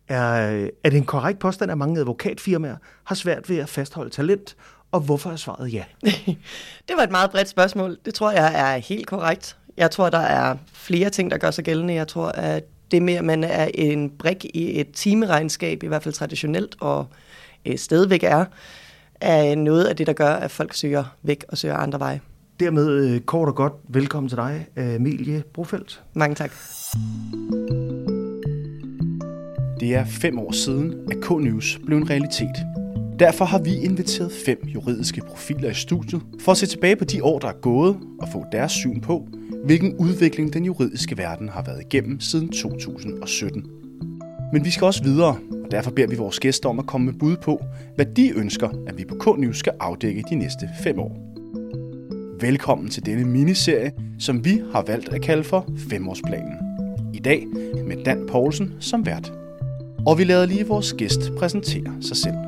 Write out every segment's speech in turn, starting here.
Er det en korrekt påstand, at mange advokatfirmaer har svært ved at fastholde talent, og hvorfor er svaret ja? Det var et meget bredt spørgsmål. Det tror jeg er helt korrekt. Jeg tror, der er flere ting, der gør sig gældende. Jeg tror, at det med, at man er en brik i et timeregnskab, i hvert fald traditionelt, og stadigvæk er noget af det, der gør, at folk søger væk og søger andre veje. Dermed kort og godt velkommen til dig, Amelie Brofeldt. Mange tak. Det er 5 år siden, at K-News blev en realitet. Derfor har vi inviteret 5 juridiske profiler i studiet for at se tilbage på de år, der er gået, og få deres syn på, hvilken udvikling den juridiske verden har været igennem siden 2017. Men vi skal også videre, og derfor beder vi vores gæster om at komme med bud på, hvad de ønsker, at vi på K-News skal afdække de næste 5 år. Velkommen til denne miniserie, som vi har valgt at kalde for 5-årsplanen. I dag med Dan Poulsen som vært. Og vi lader lige vores gæst præsentere sig selv.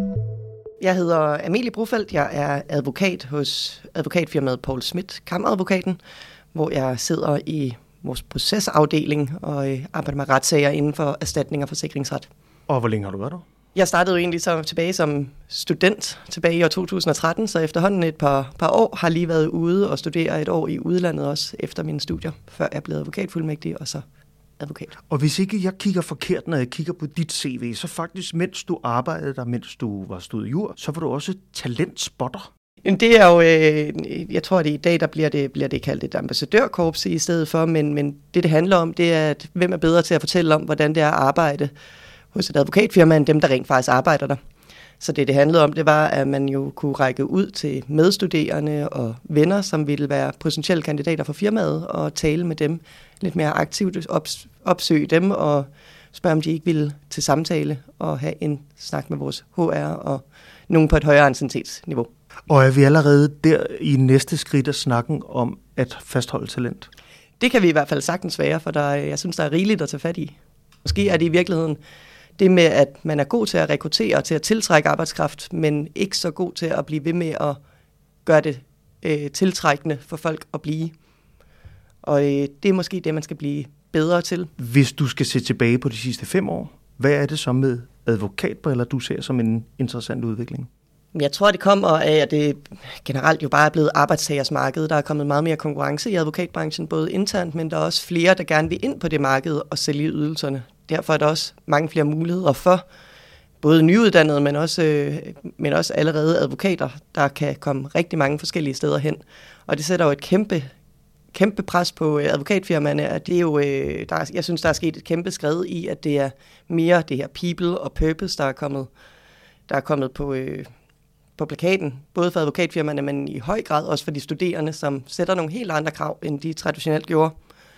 Jeg hedder Amelie Brofeldt. Jeg er advokat hos advokatfirmaet Poul Schmidt, Kammeradvokaten, hvor jeg sidder i vores procesafdeling og arbejder med retssager inden for erstatning og forsikringsret. Og hvor længe har du været der? Jeg startede jo egentlig tilbage som student tilbage i år 2013, så efterhånden et par år har lige været ude og studere et år i udlandet også efter mine studier, før jeg blev advokatfuldmægtig og så advokat. Og hvis ikke jeg kigger forkert, når jeg kigger på dit CV, så faktisk, mens du arbejdede der, mens du var studiejur, så var du også talentspotter. Det er jo, jeg tror, at i dag der bliver det kaldt et ambassadørkorps i stedet for, men det handler om, det er, at hvem er bedre til at fortælle om, hvordan det er at arbejde hos et advokatfirma, end dem, der rent faktisk arbejder der. Så det handlede om, det var, at man jo kunne række ud til medstuderende og venner, som ville være potentielle kandidater for firmaet, og tale med dem lidt mere aktivt, opsøge dem og spørge, om de ikke ville til samtale og have en snak med vores HR og nogen på et højere anciennitetsniveau. Og er vi allerede der i næste skridt af snakken om at fastholde talent? Det kan vi i hvert fald sagtens være, for jeg synes, der er rigeligt at tage fat i. Måske er det i virkeligheden det med, at man er god til at rekruttere og til at tiltrække arbejdskraft, men ikke så god til at blive ved med at gøre det tiltrækkende for folk at blive. Og det er måske det, man skal blive bedre til. Hvis du skal se tilbage på de sidste 5 år, hvad er det så med advokatbriller, du ser som en interessant udvikling? Jeg tror, det kommer af, at det generelt jo bare er blevet arbejdstagersmarkedet. Der er kommet meget mere konkurrence i advokatbranchen, både internt, men der er også flere, der gerne vil ind på det marked og sælge ydelserne. Derfor er der også mange flere muligheder for både nyuddannede, men også allerede advokater, der kan komme rigtig mange forskellige steder hen. Og det sætter jo et kæmpe pres på advokatfirmaerne, at det er jo, jeg synes, der er sket et kæmpe skred i, at det er mere det her people og purpose, der er kommet på plakaten, både for advokatfirmaerne, men i høj grad også for de studerende, som sætter nogle helt andre krav, end de traditionelt gjorde.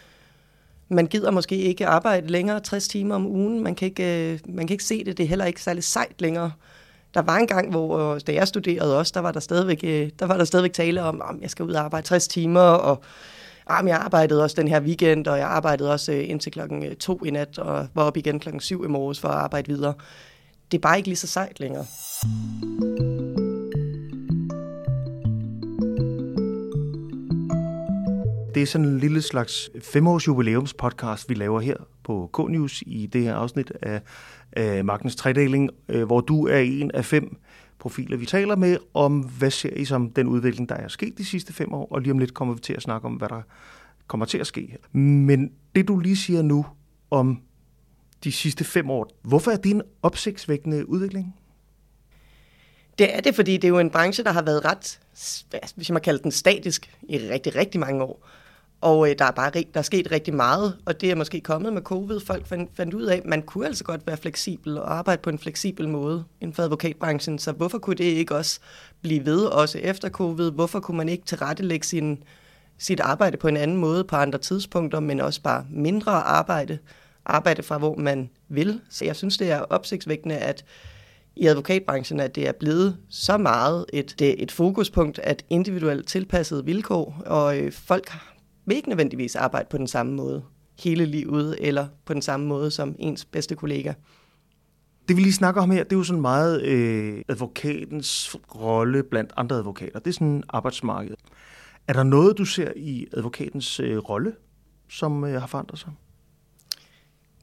Man gider måske ikke arbejde længere, 60 timer om ugen. Man kan ikke se det. Det er heller ikke særlig sejt længere. Der var en gang, hvor da jeg studerede også, der var der stadigvæk tale om, at jeg skal ud og arbejde 60 timer, og jeg arbejdede også den her weekend, og jeg arbejdede også indtil 2 i nat, og var op igen 7 i morges for at arbejde videre. Det er bare ikke lige så sejt længere. Det er sådan en lille slags 5-års jubilæumspodcast, vi laver her på K-News i det her afsnit af Magtens Tredeling, hvor du er en af 5 profiler, vi taler med om, hvad ser I som den udvikling, der er sket de sidste 5 år, og lige om lidt kommer vi til at snakke om, hvad der kommer til at ske. Men det, du lige siger nu om de sidste 5 år, hvorfor er det en opsigtsvækkende udvikling? Det er det, fordi det er jo en branche, der har været ret, hvis man kalder den statisk, i rigtig, rigtig mange år. Og der er sket rigtig meget, og det er måske kommet med covid. Folk fandt ud af, at man kunne altså godt være fleksibel og arbejde på en fleksibel måde inden for advokatbranchen. Så hvorfor kunne det ikke også blive ved, også efter covid? Hvorfor kunne man ikke tilrettelægge sit arbejde på en anden måde på andre tidspunkter, men også bare mindre arbejde fra, hvor man vil? Så jeg synes, det er opsigtsvækkende, at i advokatbranchen, at det er blevet så meget et fokuspunkt, at individuelt tilpassede vilkår, og folk vil ikke nødvendigvis arbejde på den samme måde hele livet, eller på den samme måde som ens bedste kollega. Det vi lige snakker om her, det er jo sådan meget advokatens rolle blandt andre advokater. Det er sådan arbejdsmarkedet. Er der noget, du ser i advokatens rolle, som har forandret sig?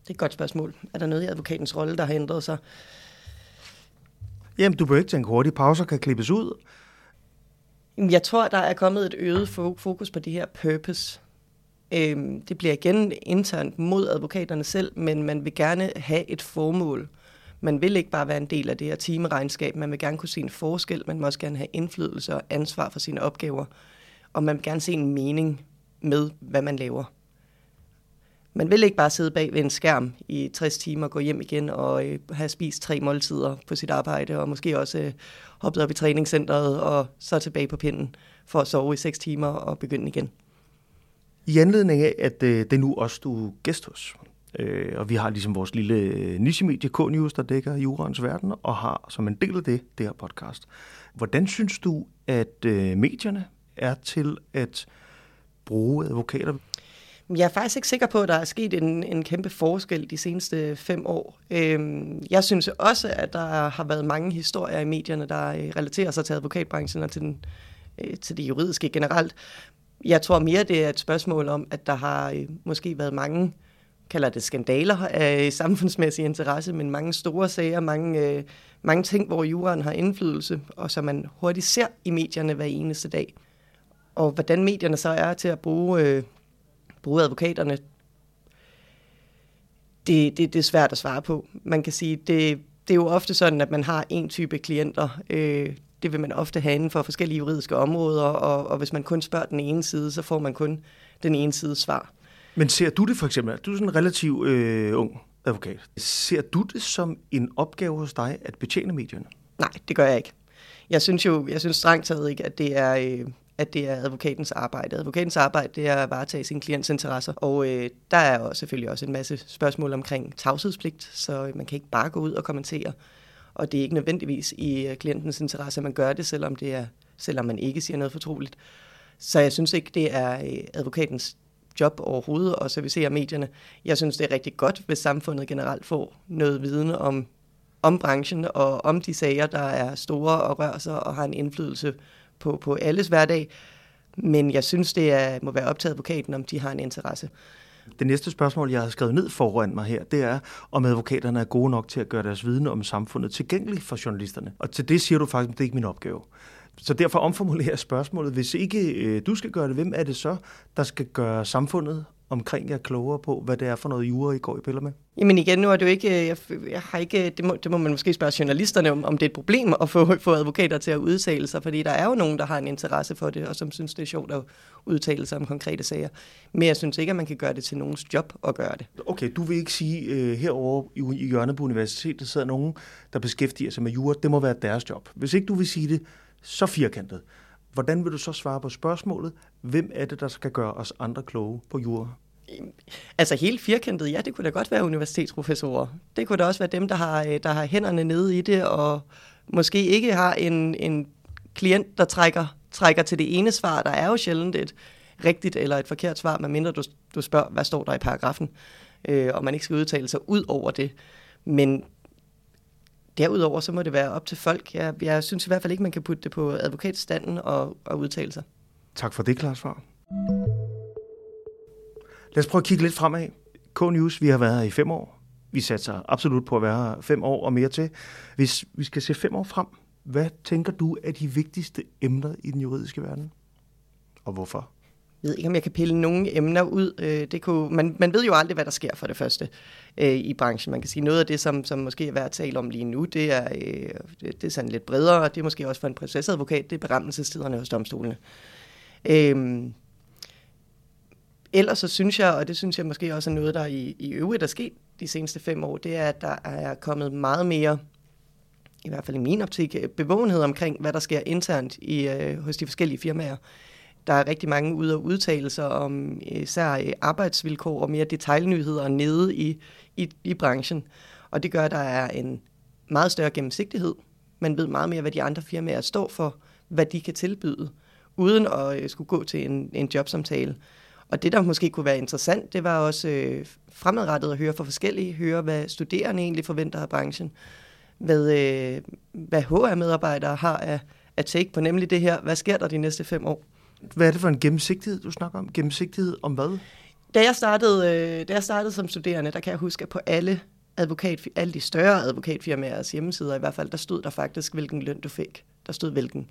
Det er et godt spørgsmål. Er der noget i advokatens rolle, der har ændret sig? Jamen, du bør ikke tænke hurtigt. Pauser kan klippes ud. Jeg tror, der er kommet et øget fokus på det her purpose. Det bliver igen internt mod advokaterne selv, men man vil gerne have et formål. Man vil ikke bare være en del af det her timeregnskab. Man vil gerne kunne se en forskel. Man må også gerne have indflydelse og ansvar for sine opgaver. Og man vil gerne se en mening med, hvad man laver. Man vil ikke bare sidde bag ved en skærm i 60 timer, gå hjem igen og have spist 3 måltider på sit arbejde, og måske også hoppet op i træningscenteret og så tilbage på pinden for at sove i 6 timer og begynde igen. I anledning af, at det er nu også du er gæst hos, og vi har ligesom vores lille nichemedie K-News, der dækker juraens verden, og har som en del af det her podcast. Hvordan synes du, at medierne er til at bruge advokater? Jeg er faktisk ikke sikker på, at der er sket en kæmpe forskel de seneste 5 år. Jeg synes også, at der har været mange historier i medierne, der relaterer sig til advokatbranchen og til det juridiske generelt. Jeg tror mere, det er et spørgsmål om, at der har måske været mange, kalder det skandaler af samfundsmæssig interesse, men mange store sager, mange ting, hvor juraen har indflydelse, og som man hurtigt ser i medierne hver eneste dag. Og hvordan medierne så er til at bruge advokaterne, det er svært at svare på. Man kan sige, det er jo ofte sådan, at man har en type klienter. Det vil man ofte have inden for forskellige juridiske områder, og hvis man kun spørger den ene side, så får man kun den ene side svar. Men ser du det for eksempel, du er sådan en relativt ung advokat, ser du det som en opgave hos dig at betjene medierne? Nej, det gør jeg ikke. Jeg synes strengt taget ikke, at det er advokatens arbejde. Advokatens arbejde, det er at varetage sin klients interesser, og der er jo selvfølgelig også en masse spørgsmål omkring tavshedspligt, så man kan ikke bare gå ud og kommentere, og det er ikke nødvendigvis i klientens interesse, at man gør det, selvom man ikke siger noget fortroligt. Så jeg synes ikke, det er advokatens job overhovedet at servicere medierne. Jeg synes, det er rigtig godt, hvis samfundet generelt får noget viden om branchen og om de sager, der er store og rører sig og har en indflydelse på alles hverdag. Men jeg synes, det må være op til advokaten, om de har en interesse. Det næste spørgsmål, jeg har skrevet ned foran mig her, det er, om advokaterne er gode nok til at gøre deres viden om samfundet tilgængelig for journalisterne. Og til det siger du faktisk, at det er ikke min opgave. Så derfor omformulerer spørgsmålet, hvis ikke du skal gøre det, hvem er det så, der skal gøre samfundet omkring jer klogere på, hvad det er for noget jura, I går i piller med? Jamen igen, nu er det jo ikke, jeg har ikke, det må man måske spørge journalisterne om det er et problem at få advokater til at udtale sig, fordi der er jo nogen, der har en interesse for det, og som synes, det er sjovt at udtale sig om konkrete sager. Men jeg synes ikke, at man kan gøre det til nogens job at gøre det. Okay, du vil ikke sige, herovre i hjørnet på universitetet sidder nogen, der beskæftiger sig med jura, det må være deres job. Hvis ikke du vil sige det så firkantet, hvordan vil du så svare på spørgsmålet, hvem er det, der skal gøre os andre kloge på jura? Altså helt firkantet, ja, det kunne da godt være universitetsprofessorer. Det kunne da også være dem, der har hænderne nede i det, og måske ikke har en klient, der trækker til det ene svar. Der er jo sjældent et rigtigt eller et forkert svar, medmindre du spørger, hvad står der i paragrafen, og man ikke skal udtale sig ud over det. Men derudover, så må det være op til folk. Jeg synes i hvert fald ikke, man kan putte det på advokatstanden og udtale sig. Tak for det, klart svar. Lad os prøve at kigge lidt fremad. K-News, vi har været her i 5 år. Vi satser absolut på at være her 5 år og mere til. Hvis vi skal se 5 år frem, hvad tænker du er de vigtigste emner i den juridiske verden? Og hvorfor? Jeg ved ikke, om jeg kan pille nogle emner ud. Man ved jo aldrig, hvad der sker for det første i branchen. Man kan sige, noget af det, som måske er værd at tale om lige nu, det er sådan lidt bredere, og det er måske også for en procesadvokat, det er berammelsestiderne hos domstolene. Ellers så synes jeg, og det synes jeg måske også er noget, der i øvrigt er sket de seneste 5 år, det er, at der er kommet meget mere, i hvert fald i min optik, bevågenhed omkring, hvad der sker internt hos de forskellige firmaer. Der er rigtig mange ude og udtalelser om især arbejdsvilkår og mere detailnyheder nede i branchen. Og det gør, at der er en meget større gennemsigtighed. Man ved meget mere, hvad de andre firmaer står for, hvad de kan tilbyde, uden at skulle gå til en jobsamtale. Og det, der måske kunne være interessant, det var også fremadrettet at høre fra forskellige, høre, hvad studerende egentlig forventer af branchen, hvad HR-medarbejdere har at take på, nemlig det her, hvad sker der de næste 5 år? Hvad er det for en gennemsigtighed, du snakker om? Gennemsigtighed om hvad? Da jeg startede som studerende, der kan jeg huske, at på alle de større advokatfirmaers hjemmesider i hvert fald, der stod der faktisk, hvilken løn du fik. Der stod hvilken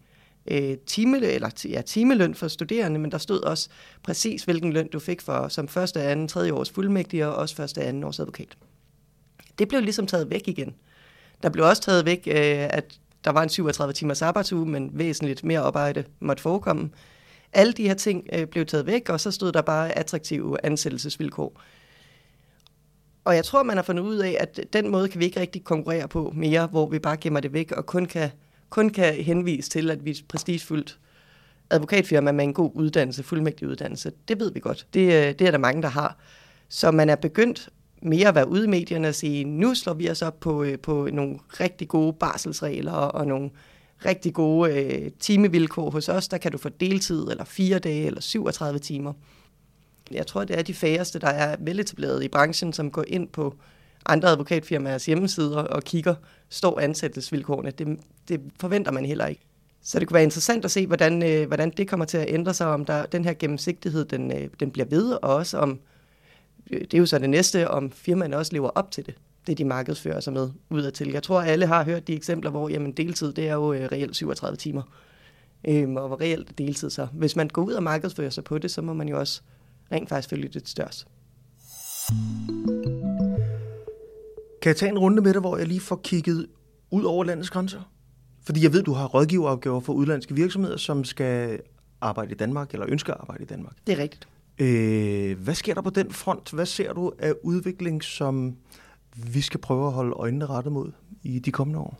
timeløn for studerende, men der stod også præcis, hvilken løn du fik for som første, anden, tredje års fuldmægtig og også første, anden års advokat. Det blev ligesom taget væk igen. Der blev også taget væk, at der var en 37 timers arbejdsuge, men væsentligt mere arbejde måtte forekomme. Alle de her ting blev taget væk, og så stod der bare attraktive ansættelsesvilkår. Og jeg tror, man har fundet ud af, at den måde kan vi ikke rigtig konkurrere på mere, hvor vi bare gemmer det væk og kun kan henvise til, at vi er et prestigefuldt advokatfirma med en god uddannelse, fuldmægtig uddannelse. Det ved vi godt. Det er der mange, der har. Så man er begyndt mere at være ude i medierne og sige, nu slår vi os op på nogle rigtig gode barselsregler og nogle rigtig gode timevilkår hos os. Der kan du få deltid, eller 4 dage, eller 37 timer. Jeg tror, det er de færreste, der er veletableret i branchen, som går ind på andre advokatfirmaers hjemmesider og kigger, står ansættelsesvilkårene. Det forventer man heller ikke. Så det kunne være interessant at se, hvordan det kommer til at ændre sig, om den her gennemsigtighed, den bliver ved, og også om, det er jo så det næste, om firmaerne også lever op til det de markedsfører sig med udadtil. Jeg tror, alle har hørt de eksempler, hvor jamen, deltid, det er jo reelt 37 timer. Og hvor reelt deltid så. Hvis man går ud og markedsfører sig på det, så må man jo også rent faktisk følge det størst. Kan jeg tage en runde med dig, hvor jeg lige får kigget ud over landets grænser? Fordi jeg ved, du har rådgiveropgaver for udenlandske virksomheder, som skal arbejde i Danmark, eller ønsker at arbejde i Danmark. Det er rigtigt. Hvad sker der på den front? Hvad ser du af udvikling, som vi skal prøve at holde øjnene rettet mod i de kommende år?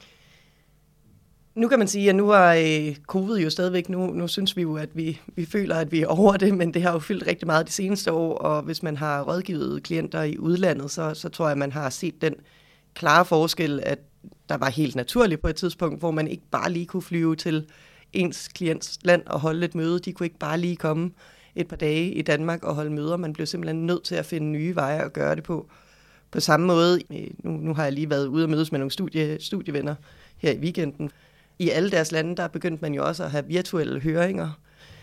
Nu kan man sige, at nu har covid jo stadigvæk, nu synes vi jo, at vi føler, at vi er over det, men det har jo fyldt rigtig meget de seneste år, og hvis man har rådgivet klienter i udlandet, så tror jeg, at man har set den klare forskel, at der var helt naturligt på et tidspunkt, hvor man ikke bare lige kunne flyve til ens klients land og holde et møde. De kunne ikke bare lige komme et par dage i Danmark og holde møder. Man blev simpelthen nødt til at finde nye veje at gøre det på. På samme måde, nu har jeg lige været ude og mødes med nogle studievenner her i weekenden. I alle deres lande, der begyndte man jo også at have virtuelle høringer.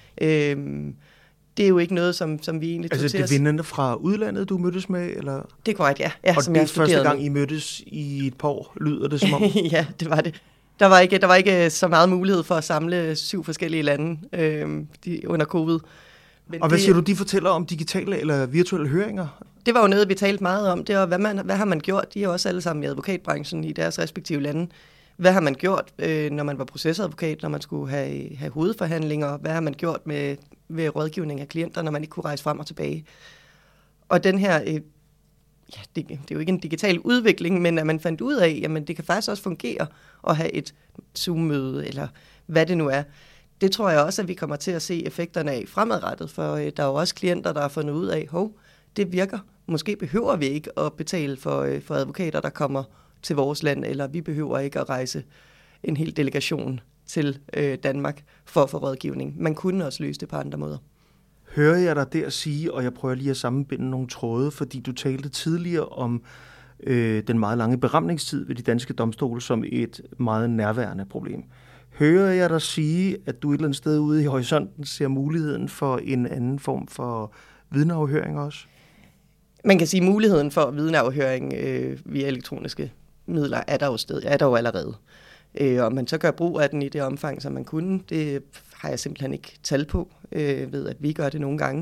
Det er jo ikke noget, som vi egentlig tog til os. Altså det er vinderne fra udlandet, du mødtes med? Eller? Det er korrekt, ja. Og som det er første gang, I mødtes i et par år, lyder det som om? Ja, det var det. Der var ikke så meget mulighed for at samle 7 forskellige lande under covid. Men og hvad siger du, de fortæller om digitale eller virtuelle høringer? Det var jo noget, vi talte meget om. Det var, hvad har man gjort? De er også alle sammen i advokatbranchen i deres respektive lande. Hvad har man gjort, når man var procesadvokat, når man skulle have hovedforhandlinger? Hvad har man gjort ved rådgivning af klienter, når man ikke kunne rejse frem og tilbage? Og den her, det er jo ikke en digital udvikling, men at man fandt ud af, jamen det kan faktisk også fungere at have et Zoom-møde, eller hvad det nu er. Det tror jeg også, at vi kommer til at se effekterne af fremadrettet, for der er jo også klienter, der har fundet ud af, det virker. Måske behøver vi ikke at betale for advokater, der kommer til vores land, eller vi behøver ikke at rejse en hel delegation til Danmark for at få rådgivning. Man kunne også løse det på andre måder. Hører jeg dig der sige, og jeg prøver lige at sammenbinde nogle tråde, fordi du talte tidligere om den meget lange beramningstid ved de danske domstole som et meget nærværende problem. Hører jeg dig sige, at du et eller andet sted ude i horisonten ser muligheden for en anden form for vidneafhøring også? Man kan sige, at muligheden for vidneafhøring via elektroniske midler er der jo allerede. Om man så gør brug af den i det omfang, som man kunne, det har jeg simpelthen ikke tal på, ved at vi gør det nogle gange.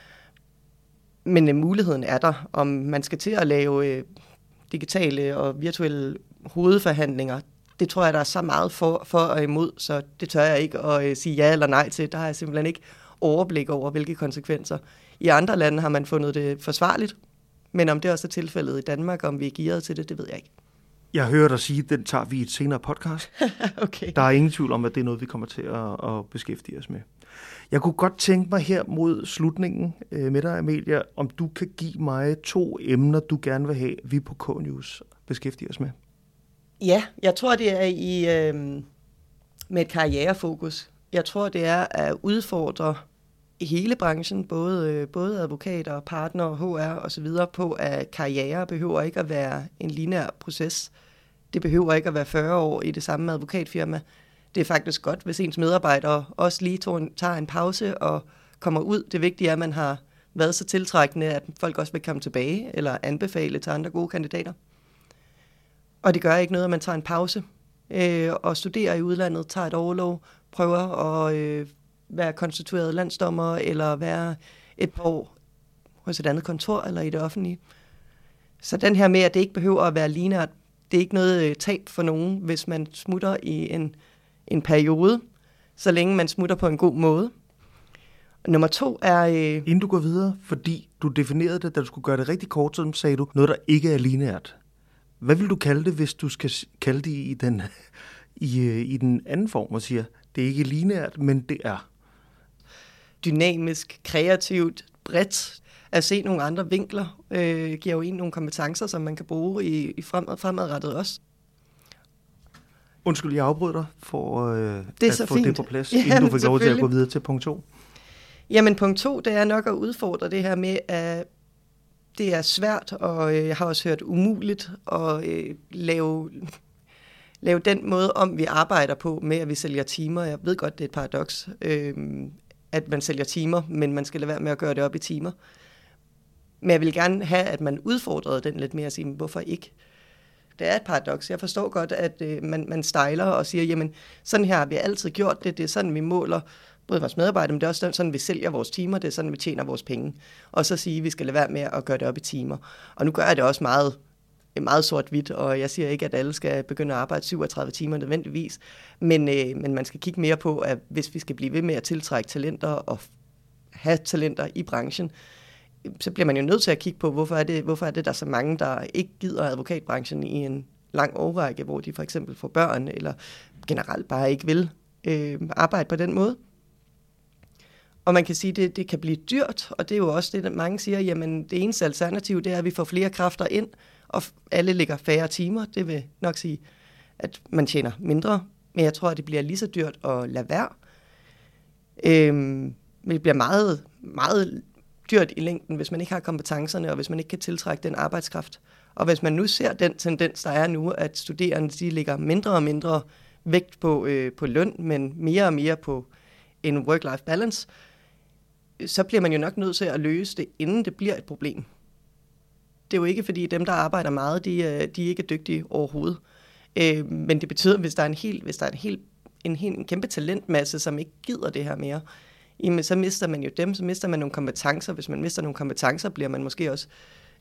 Men muligheden er der. Om man skal til at lave digitale og virtuelle hovedforhandlinger, det tror jeg, der er så meget for og imod, så det tør jeg ikke at sige ja eller nej til. Der har jeg simpelthen ikke overblik over, hvilke konsekvenser. I andre lande har man fundet det forsvarligt, men om det også er tilfældet i Danmark, om vi er gearet til det, det ved jeg ikke. Jeg hører dig sige, at den tager vi i et senere podcast. Okay. Der er ingen tvivl om, at det er noget, vi kommer til at beskæftige os med. Jeg kunne godt tænke mig her mod slutningen med dig, Amelia, om du kan give mig 2 emner, du gerne vil have, vi på K-News beskæftiger os med. Ja, jeg tror, det er med et karrierefokus. Jeg tror, det er at udfordre i hele branchen, både advokater, partnere, HR og så videre, på at karriere behøver ikke at være en lineær proces. Det behøver ikke at være 40 år i det samme advokatfirma. Det er faktisk godt, hvis ens medarbejdere også lige tager en pause og kommer ud. Det vigtige er, at man har været så tiltrækkende, at folk også vil komme tilbage eller anbefale til andre gode kandidater. Og det gør ikke noget, at man tager en pause og studerer i udlandet, tager et overlov, prøver at være konstitueret landsdommer eller være et par år hos et andet kontor eller i det offentlige. Så den her med, at det ikke behøver at være lineært, det er ikke noget tab for nogen, hvis man smutter i en periode, så længe man smutter på en god måde. Nummer 2 er... Inden du går videre, fordi du definerede det, da du skulle gøre det rigtig kort, så sagde du noget, der ikke er lineært. Hvad vil du kalde det, hvis du skal kalde det i den anden form og siger, det er ikke lineært, men det er? Dynamisk, kreativt, bredt. At se nogle andre vinkler giver jo en nogle kompetencer, som man kan bruge i fremadrettet også. Undskyld, jeg afbryder dig for at få det på plads, inden du fik lov til at gå videre til punkt 2. Jamen punkt 2, det er nok at udfordre det her med, at det er svært, og jeg har også hørt umuligt at lave den måde om, vi arbejder på med, at vi sælger timer. Jeg ved godt, det er et paradoks, at man sælger timer, men man skal lade være med at gøre det op i timer. Men jeg vil gerne have, at man udfordrede den lidt mere og sige, hvorfor ikke? Det er et paradoks. Jeg forstår godt, at man stejler og siger, jamen sådan her har vi altid gjort det. Det er sådan, vi måler både vores medarbejdere, men det er også sådan, vi sælger vores timer. Det er sådan, vi tjener vores penge. Og så sige, at vi skal lade være med at gøre det op i timer. Og nu gør jeg det også meget sort-hvidt, og jeg siger ikke, at alle skal begynde at arbejde 37 timer nødvendigvis. Men man skal kigge mere på, at hvis vi skal blive ved med at tiltrække talenter og have talenter i branchen, så bliver man jo nødt til at kigge på, hvorfor er det der er så mange, der ikke gider advokatbranchen i en lang årrække, hvor de for eksempel får børn, eller generelt bare ikke vil arbejde på den måde. Og man kan sige, at det kan blive dyrt, og det er jo også det, at mange siger, jamen det eneste alternativ, det er, at vi får flere kræfter ind, og alle ligger færre timer. Det vil nok sige, at man tjener mindre, men jeg tror, at det bliver lige så dyrt at lade være. Men det bliver meget, meget dyrt i længden, hvis man ikke har kompetencerne, og hvis man ikke kan tiltrække den arbejdskraft. Og hvis man nu ser den tendens, der er nu, at studerende de ligger mindre og mindre vægt på løn, men mere og mere på en work-life balance, så bliver man jo nok nødt til at løse det, inden det bliver et problem. Det er jo ikke, fordi dem, der arbejder meget, de er ikke dygtige overhovedet. Men det betyder, hvis der er en kæmpe talentmasse, som ikke gider det her mere, jamen, så mister man jo dem, så mister man nogle kompetencer. Hvis man mister nogle kompetencer, bliver man måske også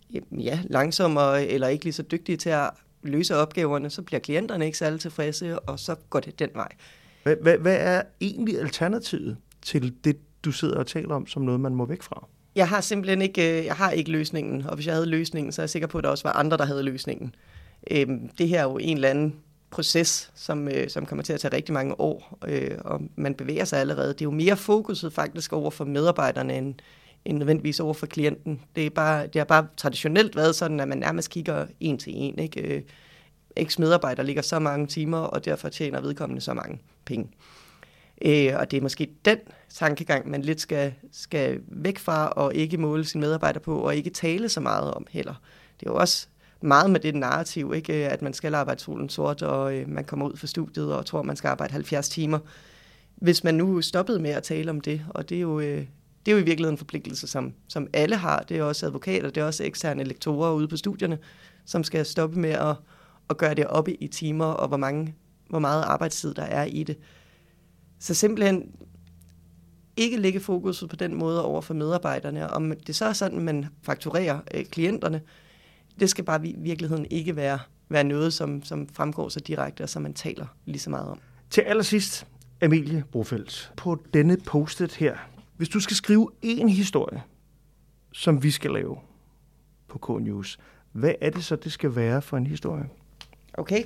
langsommere eller ikke lige så dygtig til at løse opgaverne. Så bliver klienterne ikke særlig tilfredse, og så går det den vej. Hvad er egentlig alternativet til det, du sidder og taler om, som noget, man må væk fra? Jeg har simpelthen ikke løsningen, og hvis jeg havde løsningen, så er jeg sikker på, at der også var andre, der havde løsningen. Det her er jo en eller anden proces, som kommer til at tage rigtig mange år, og man bevæger sig allerede. Det er jo mere fokuset faktisk over for medarbejderne, end nødvendigvis over for klienten. Det har bare traditionelt været sådan, at man nærmest kigger en til en. Eks-medarbejder ligger så mange timer, og derfor tjener vedkommende så mange penge. Og det er måske den tankegang, man lidt skal væk fra, og ikke måle sine medarbejdere på, og ikke tale så meget om heller. Det er jo også meget med det narrativ, ikke? At man skal arbejde solen sort, og man kommer ud fra studiet og tror, man skal arbejde 70 timer. Hvis man nu stoppede med at tale om det, og det er jo i virkeligheden en forpligtelse, som alle har. Det er også advokater, det er også eksterne lektorer ude på studierne, som skal stoppe med at gøre det op i timer, og hvor meget arbejdstid der er i det. Så simpelthen ikke lægge fokuset på den måde over for medarbejderne. Om det så er sådan, man fakturerer klienterne, det skal bare i virkeligheden ikke være noget, som fremgår så direkte, og som man taler lige så meget om. Til allersidst, Emilie Brofeldt, på denne post-it her. Hvis du skal skrive en historie, som vi skal lave på K-News, hvad er det så, det skal være for en historie? Okay.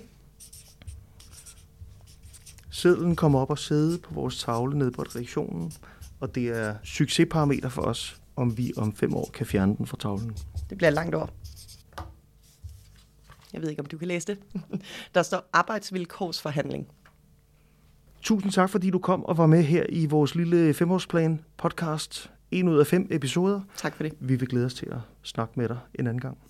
Sedlen kommer op og sidde på vores tavle nede på redaktionen, og det er succesparameter for os, om vi om 5 år kan fjerne den fra tavlen. Det bliver langt over. Jeg ved ikke, om du kan læse det. Der står arbejdsvilkårsforhandling. Tusind tak, fordi du kom og var med her i vores lille 5-årsplan podcast. 1 ud af 5 episoder. Tak for det. Vi vil glæde os til at snakke med dig en anden gang.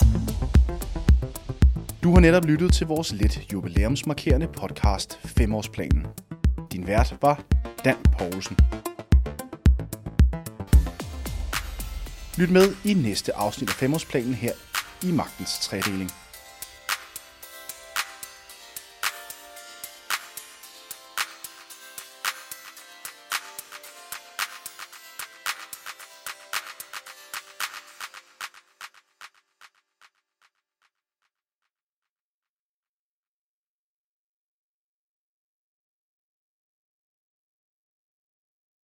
Du har netop lyttet til vores lidt jubilæumsmarkerende podcast 5-årsplanen. Din vært var Dan Poulsen. Lyt med i næste afsnit af 5-årsplanen her i Magtens Tredeling.